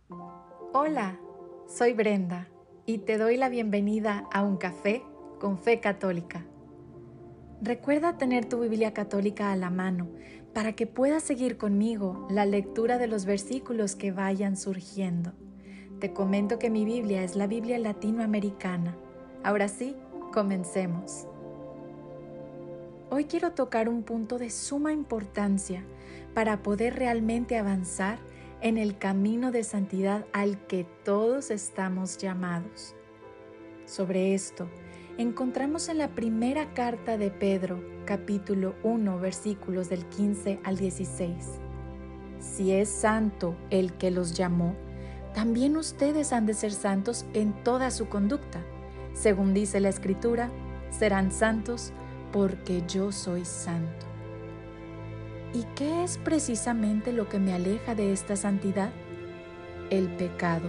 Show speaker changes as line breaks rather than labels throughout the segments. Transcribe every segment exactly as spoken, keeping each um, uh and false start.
Hola, soy Brenda y te doy la bienvenida a Un Café con Fe Católica. Recuerda tener tu Biblia católica a la mano para que puedas seguir conmigo la lectura de los versículos que vayan surgiendo. Te comento que mi Biblia es la Biblia latinoamericana. Ahora sí, comencemos. Hoy quiero tocar un punto de suma importancia para poder realmente avanzar en el camino de santidad al que todos estamos llamados. Sobre esto, encontramos en la primera carta de Pedro, capítulo uno, versículos del quince al dieciséis. Si es santo el que los llamó, también ustedes han de ser santos en toda su conducta. Según dice la Escritura, serán santos porque yo soy santo. ¿Y qué es precisamente lo que me aleja de esta santidad? El pecado.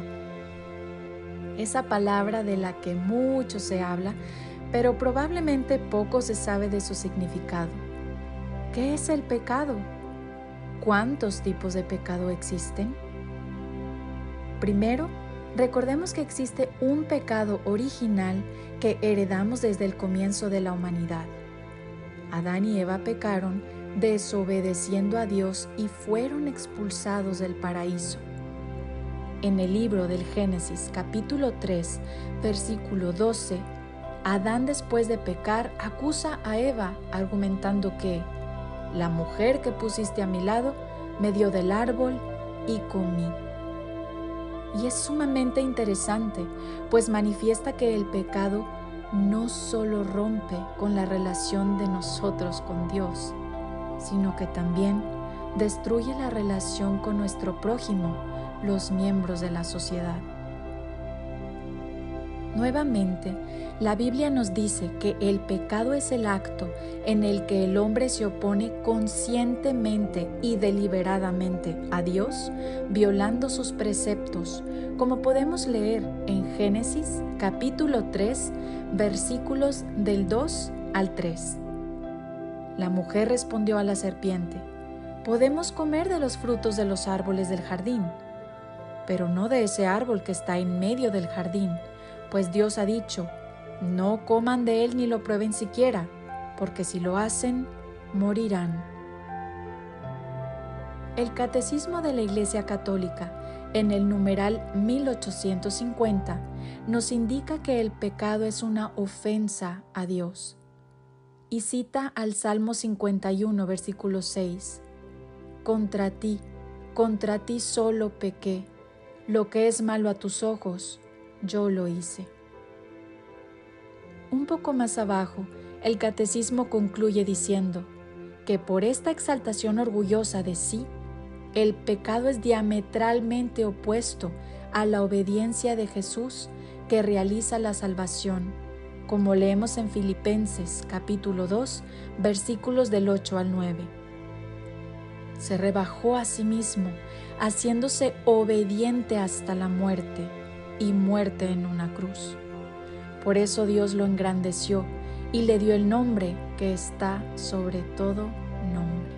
Esa palabra de la que mucho se habla, pero probablemente poco se sabe de su significado. ¿Qué es el pecado? ¿Cuántos tipos de pecado existen? Primero, recordemos que existe un pecado original que heredamos desde el comienzo de la humanidad. Adán y Eva pecaron desobedeciendo a Dios y fueron expulsados del paraíso. En el libro del Génesis, capítulo tres, versículo doce, Adán, después de pecar, acusa a Eva argumentando que la mujer que pusiste a mi lado me dio del árbol y comí. Y es sumamente interesante, pues manifiesta que el pecado no solo rompe con la relación de nosotros con Dios, sino que también destruye la relación con nuestro prójimo, los miembros de la sociedad. Nuevamente, la Biblia nos dice que el pecado es el acto en el que el hombre se opone conscientemente y deliberadamente a Dios, violando sus preceptos, como podemos leer en Génesis capítulo tres, versículos del dos al tres. La mujer respondió a la serpiente: podemos comer de los frutos de los árboles del jardín, pero no de ese árbol que está en medio del jardín, pues Dios ha dicho, no coman de él ni lo prueben siquiera, porque si lo hacen, morirán. El Catecismo de la Iglesia Católica, en el numeral mil ochocientos cincuenta, nos indica que el pecado es una ofensa a Dios. Y cita al Salmo cincuenta y uno, versículo seis. Contra ti, contra ti solo pequé, lo que es malo a tus ojos, yo lo hice. Un poco más abajo, el Catecismo concluye diciendo que por esta exaltación orgullosa de sí, el pecado es diametralmente opuesto a la obediencia de Jesús que realiza la salvación, como leemos en Filipenses capítulo dos, versículos del ocho al nueve. Se rebajó a sí mismo, haciéndose obediente hasta la muerte, y muerte en una cruz. Por eso Dios lo engrandeció y le dio el nombre que está sobre todo nombre.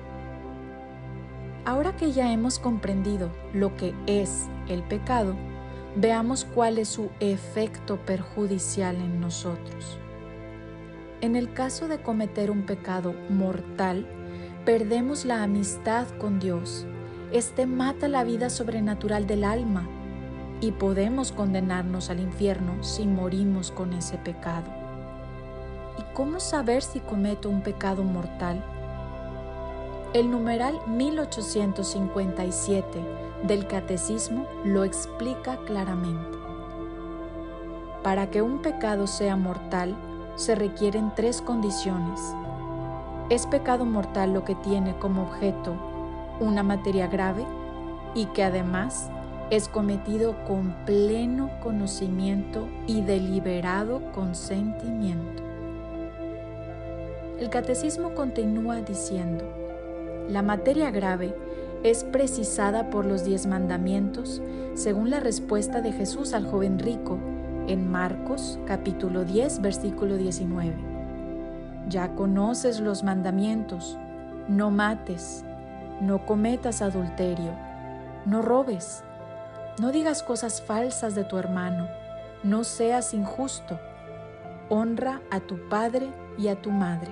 Ahora que ya hemos comprendido lo que es el pecado, veamos cuál es su efecto perjudicial en nosotros. En el caso de cometer un pecado mortal, perdemos la amistad con Dios. Este mata la vida sobrenatural del alma y podemos condenarnos al infierno si morimos con ese pecado. ¿Y cómo saber si cometo un pecado mortal? El numeral mil ochocientos cincuenta y siete del Catecismo lo explica claramente. Para que un pecado sea mortal, se requieren tres condiciones. Es pecado mortal lo que tiene como objeto una materia grave y que además es cometido con pleno conocimiento y deliberado consentimiento. El Catecismo continúa diciendo: la materia grave es precisada por los diez mandamientos según la respuesta de Jesús al joven rico en Marcos capítulo diez, versículo diecinueve. Ya conoces los mandamientos: no mates, no cometas adulterio, no robes, No digas cosas falsas de tu hermano. No seas injusto. Honra a tu padre y a tu madre.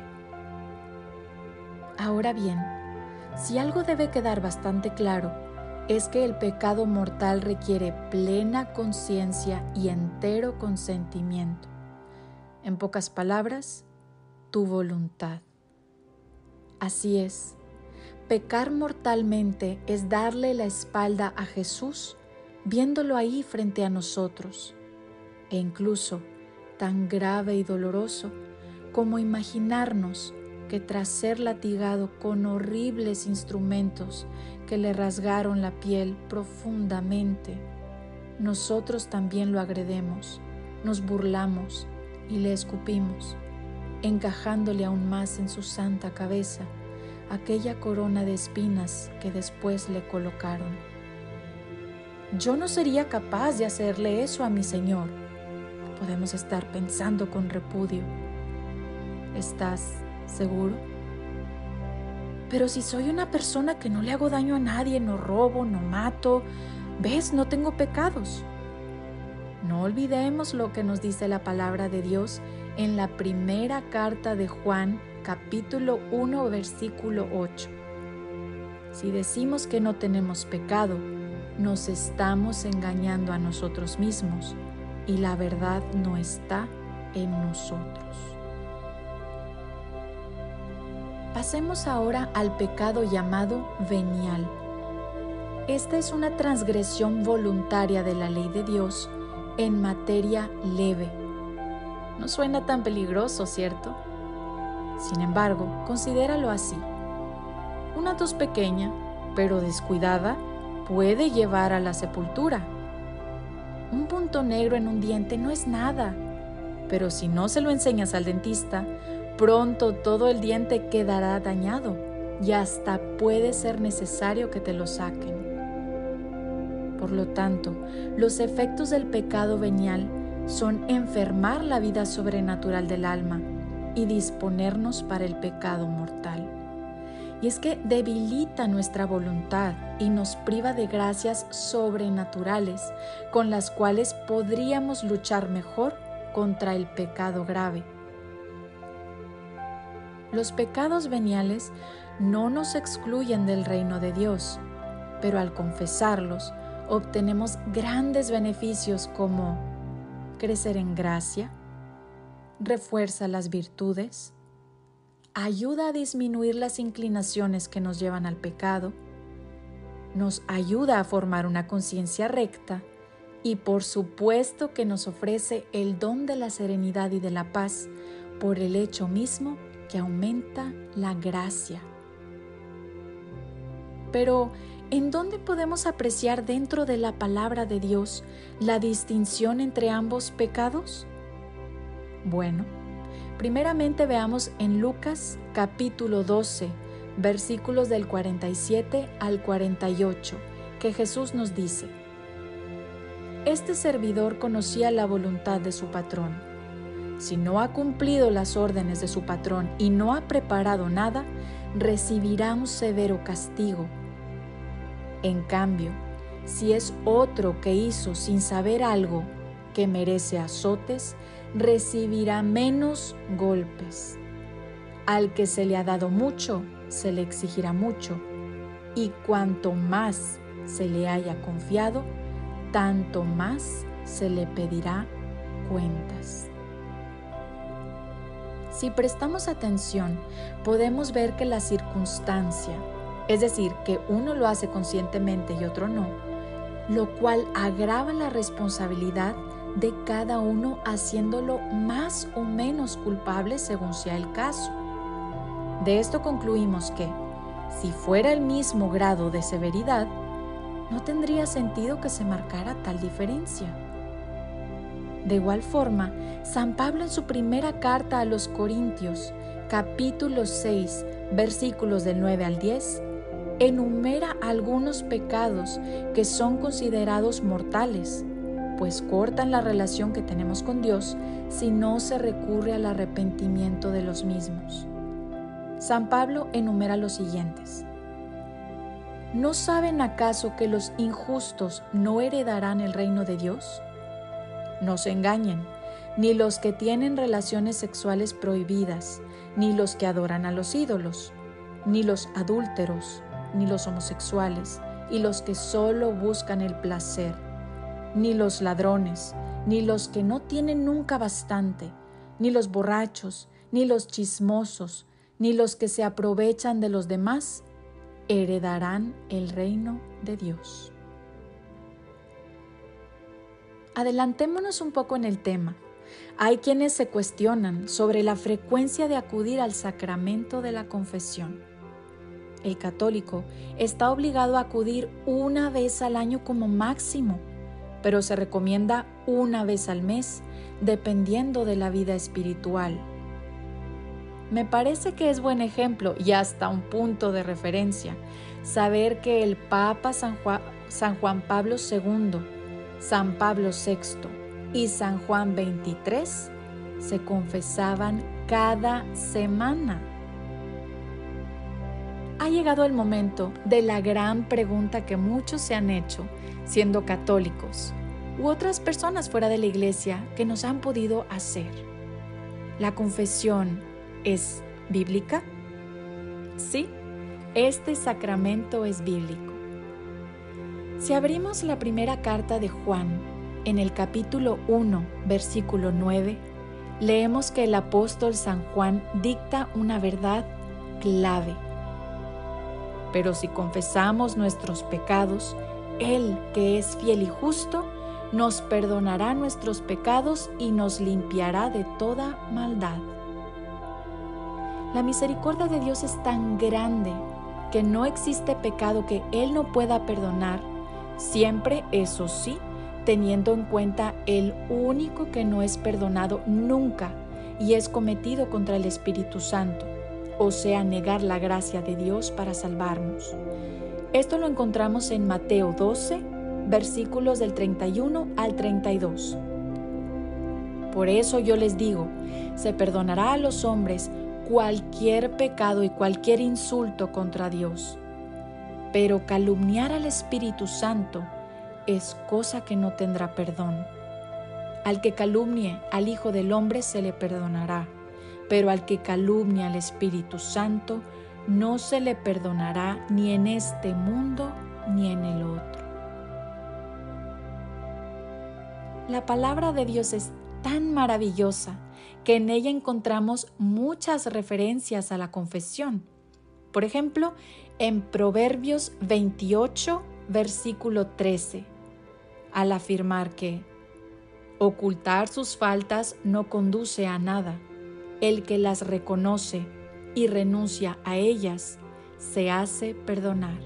Ahora bien, si algo debe quedar bastante claro, es que el pecado mortal requiere plena conciencia y entero consentimiento. En pocas palabras, tu voluntad. Así es, pecar mortalmente es darle la espalda a Jesús, viéndolo ahí frente a nosotros, e incluso tan grave y doloroso como imaginarnos que tras ser latigado con horribles instrumentos que le rasgaron la piel profundamente, nosotros también lo agredemos, nos burlamos y le escupimos, encajándole aún más en su santa cabeza aquella corona de espinas que después le colocaron. Yo no sería capaz de hacerle eso a mi Señor, podemos estar pensando con repudio. ¿Estás seguro? Pero si soy una persona que no le hago daño a nadie, no robo, no mato, ¿ves? No tengo pecados. No olvidemos lo que nos dice la palabra de Dios en la primera carta de Juan, capítulo uno, versículo ocho. Si decimos que no tenemos pecado, nos estamos engañando a nosotros mismos y la verdad no está en nosotros. Pasemos ahora al pecado llamado venial. Esta es una transgresión voluntaria de la ley de Dios en materia leve. No suena tan peligroso, ¿cierto? Sin embargo, considéralo así. Una tos pequeña, pero descuidada, puede llevar a la sepultura. Un punto negro en un diente no es nada, pero si no se lo enseñas al dentista, pronto todo el diente quedará dañado y hasta puede ser necesario que te lo saquen. Por lo tanto, los efectos del pecado venial son enfermar la vida sobrenatural del alma y disponernos para el pecado mortal. Y es que debilita nuestra voluntad y nos priva de gracias sobrenaturales con las cuales podríamos luchar mejor contra el pecado grave. Los pecados veniales no nos excluyen del reino de Dios, pero al confesarlos obtenemos grandes beneficios como crecer en gracia, refuerza las virtudes, ayuda a disminuir las inclinaciones que nos llevan al pecado, nos ayuda a formar una conciencia recta y por supuesto que nos ofrece el don de la serenidad y de la paz por el hecho mismo que aumenta la gracia. Pero, ¿en dónde podemos apreciar dentro de la palabra de Dios la distinción entre ambos pecados? Bueno, primeramente veamos en Lucas capítulo doce, versículos del cuarenta y siete al cuarenta y ocho, que Jesús nos dice: Este servidor conocía la voluntad de su patrón. Si no ha cumplido las órdenes de su patrón y no ha preparado nada, recibirá un severo castigo. En cambio, si es otro que hizo sin saber algo que merece azotes, recibirá menos golpes. Al que se le ha dado mucho, se le exigirá mucho, y cuanto más se le haya confiado, tanto más se le pedirá cuentas. Si prestamos atención, podemos ver que la circunstancia, es decir, que uno lo hace conscientemente y otro no, lo cual agrava la responsabilidad de cada uno haciéndolo más o menos culpable según sea el caso. De esto concluimos que, si fuera el mismo grado de severidad, no tendría sentido que se marcara tal diferencia. De igual forma, San Pablo en su primera carta a los Corintios, capítulo seis, versículos del nueve al diez, enumera algunos pecados que son considerados mortales, pues cortan la relación que tenemos con Dios si no se recurre al arrepentimiento de los mismos. San Pablo enumera los siguientes: ¿no saben acaso que los injustos no heredarán el reino de Dios? No se engañen, ni los que tienen relaciones sexuales prohibidas, ni los que adoran a los ídolos, ni los adúlteros, ni los homosexuales, y los que solo buscan el placer, ni los ladrones, ni los que no tienen nunca bastante, ni los borrachos, ni los chismosos, ni los que se aprovechan de los demás, heredarán el reino de Dios. Adelantémonos un poco en el tema. Hay quienes se cuestionan sobre la frecuencia de acudir al sacramento de la confesión. El católico está obligado a acudir una vez al año como máximo, pero se recomienda una vez al mes, dependiendo de la vida espiritual. Me parece que es buen ejemplo y hasta un punto de referencia saber que el Papa San Juan, San Juan Pablo segundo, San Pablo sexto y San Juan veintitrés se confesaban cada semana. Ha llegado el momento de la gran pregunta que muchos se han hecho siendo católicos u otras personas fuera de la iglesia que nos han podido hacer. ¿La confesión es bíblica? Sí, este sacramento es bíblico. Si abrimos la primera carta de Juan, en el capítulo uno, versículo nueve, leemos que el apóstol San Juan dicta una verdad clave. Pero si confesamos nuestros pecados, Él, que es fiel y justo, nos perdonará nuestros pecados y nos limpiará de toda maldad. La misericordia de Dios es tan grande que no existe pecado que Él no pueda perdonar, siempre, eso sí, teniendo en cuenta el único que no es perdonado nunca y es cometido contra el Espíritu Santo, o sea, negar la gracia de Dios para salvarnos. Esto lo encontramos en Mateo doce, versículos del treinta y uno al treinta y dos. Por eso yo les digo, se perdonará a los hombres cualquier pecado y cualquier insulto contra Dios, pero calumniar al Espíritu Santo es cosa que no tendrá perdón. Al que calumnie al Hijo del Hombre se le perdonará, pero al que calumnie al Espíritu Santo no se le perdonará ni en este mundo ni en el otro. La palabra de Dios es tan maravillosa que en ella encontramos muchas referencias a la confesión. Por ejemplo, en Proverbios veintiocho, versículo trece, al afirmar que ocultar sus faltas no conduce a nada. El que las reconoce y renuncia a ellas se hace perdonar.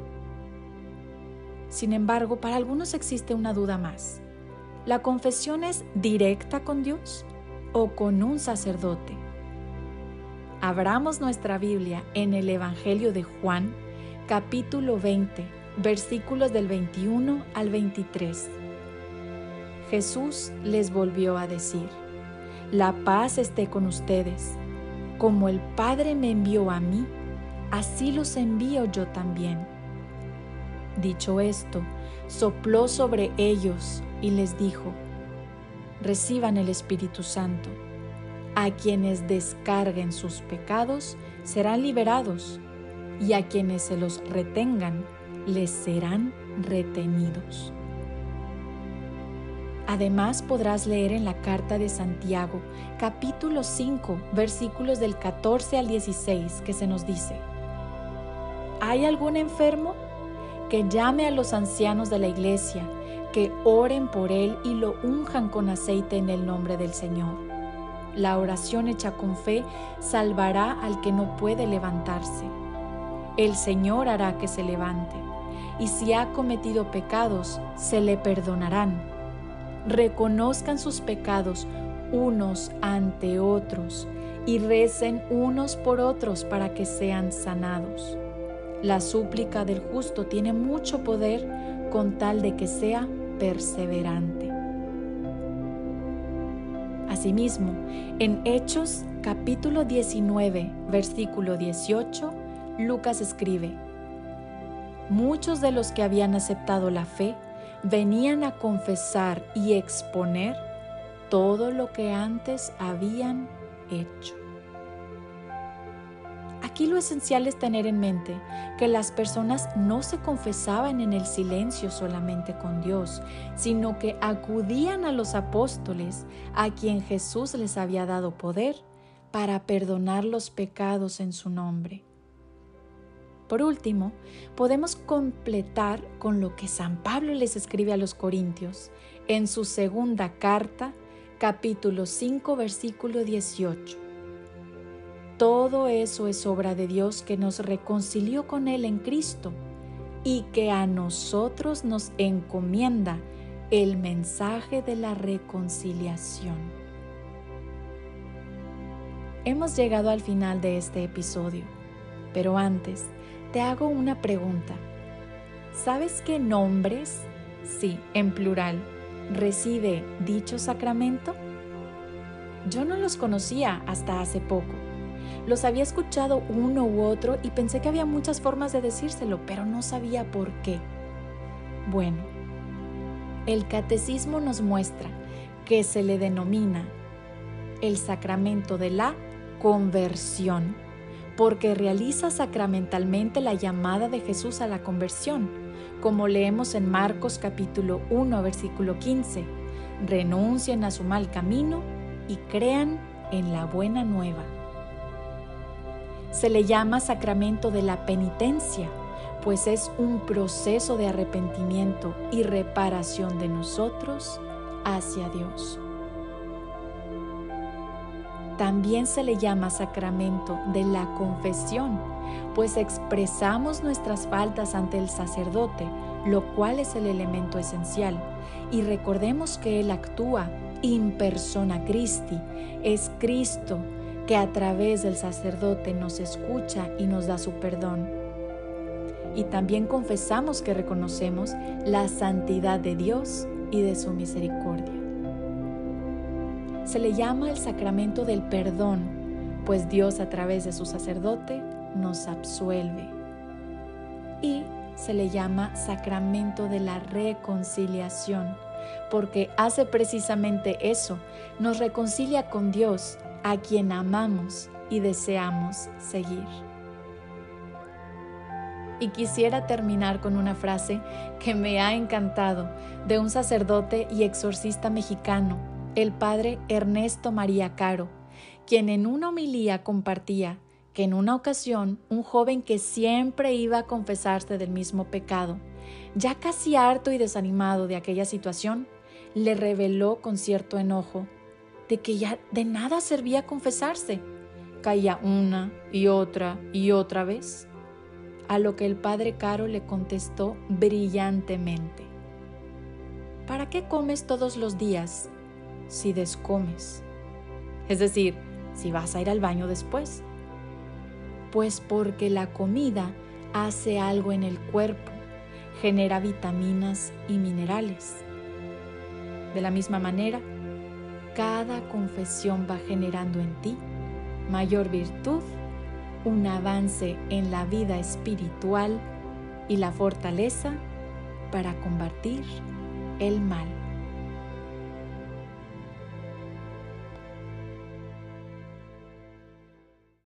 Sin embargo, para algunos existe una duda más. ¿La confesión es directa con Dios o con un sacerdote? Abramos nuestra Biblia en el Evangelio de Juan, capítulo veinte, versículos del veintiuno al veintitrés. Jesús les volvió a decir: la paz esté con ustedes. Como el Padre me envió a mí, así los envío yo también. Dicho esto, sopló sobre ellos y les dijo: reciban el Espíritu Santo. A quienes descarguen sus pecados serán liberados, y a quienes se los retengan les serán retenidos. Además, podrás leer en la carta de Santiago, capítulo cinco, versículos del catorce al dieciséis, que se nos dice: ¿hay algún enfermo? Que llame a los ancianos de la iglesia, que oren por él y lo unjan con aceite en el nombre del Señor. La oración hecha con fe salvará al que no puede levantarse. El Señor hará que se levante, y si ha cometido pecados, se le perdonarán. Reconozcan sus pecados unos ante otros y recen unos por otros para que sean sanados. La súplica del justo tiene mucho poder con tal de que sea perseverante. Asimismo, en Hechos capítulo diecinueve, versículo dieciocho, Lucas escribe: muchos de los que habían aceptado la fe venían a confesar y exponer todo lo que antes habían hecho. Aquí lo esencial es tener en mente que las personas no se confesaban en el silencio solamente con Dios, sino que acudían a los apóstoles, a quien Jesús les había dado poder para perdonar los pecados en su nombre. Por último, podemos completar con lo que San Pablo les escribe a los Corintios en su segunda carta, capítulo cinco, versículo dieciocho. Todo eso es obra de Dios que nos reconcilió con Él en Cristo y que a nosotros nos encomienda el mensaje de la reconciliación. Hemos llegado al final de este episodio, pero antes te hago una pregunta. ¿Sabes qué nombres, sí, en plural, recibe dicho sacramento? Yo no los conocía hasta hace poco. Los había escuchado uno u otro y pensé que había muchas formas de decírselo, pero no sabía por qué. Bueno, el catecismo nos muestra que se le denomina el sacramento de la conversión, porque realiza sacramentalmente la llamada de Jesús a la conversión, como leemos en Marcos capítulo uno, versículo quince. Renuncien a su mal camino y crean en la buena nueva. Se le llama sacramento de la penitencia, pues es un proceso de arrepentimiento y reparación de nosotros hacia Dios. También se le llama sacramento de la confesión, pues expresamos nuestras faltas ante el sacerdote, lo cual es el elemento esencial. Y recordemos que Él actúa in persona Christi, es Cristo que a través del sacerdote nos escucha y nos da su perdón. Y también confesamos que reconocemos la santidad de Dios y de su misericordia. Se le llama el sacramento del perdón, pues Dios a través de su sacerdote nos absuelve. Y se le llama sacramento de la reconciliación, porque hace precisamente eso, nos reconcilia con Dios, a quien amamos y deseamos seguir. Y quisiera terminar con una frase que me ha encantado de un sacerdote y exorcista mexicano, el padre Ernesto María Caro, quien en una homilía compartía que en una ocasión un joven que siempre iba a confesarse del mismo pecado, ya casi harto y desanimado de aquella situación, le reveló con cierto enojo de que ya de nada servía confesarse. Caía una y otra y otra vez. A lo que el padre Caro le contestó brillantemente: ¿para qué comes todos los días si descomes? Es decir, si vas a ir al baño después. Pues porque la comida hace algo en el cuerpo, genera vitaminas y minerales. De la misma manera, cada confesión va generando en ti mayor virtud, un avance en la vida espiritual y la fortaleza para combatir el mal.